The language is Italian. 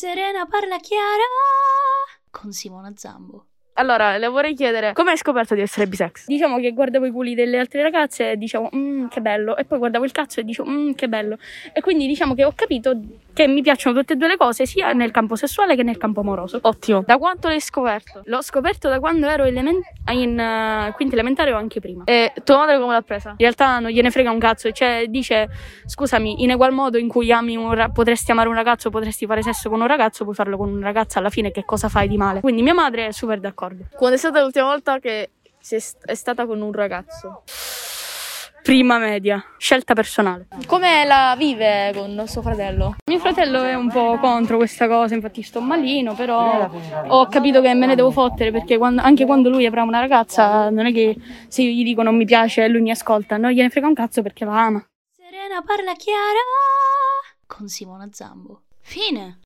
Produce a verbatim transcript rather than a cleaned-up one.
Serena parla chiara con Simona Zambo. Allora, le vorrei chiedere, come hai scoperto di essere bisex? Diciamo che guardavo i culi delle altre ragazze e dicevo, mmm, che bello. E poi guardavo il cazzo e dicevo, mmm, che bello. E quindi diciamo che ho capito che mi piacciono tutte e due le cose, sia nel campo sessuale che nel campo amoroso. Ottimo. Da quanto l'hai scoperto? L'ho scoperto da quando ero element- in uh, quinta elementare o anche prima. E tua madre come l'ha presa? In realtà non gliene frega un cazzo. Cioè, dice, scusami, in egual modo in cui ami un ra- potresti amare un ragazzo, potresti fare sesso con un ragazzo, puoi farlo con una ragazza, alla fine che cosa fai di male? Quindi mia madre è super d'accordo. Quando è stata l'ultima volta che si è, st- è stata con un ragazzo? Prima media, scelta personale. Come la vive con suo fratello? Mio fratello è un po' contro questa cosa, infatti sto malino, però ho capito che me ne devo fottere, perché quando, anche quando lui avrà una ragazza, non è che se io gli dico non mi piace e lui mi ascolta, non gliene frega un cazzo perché la ama. Serena parla chiara con Simona Zambo. Fine.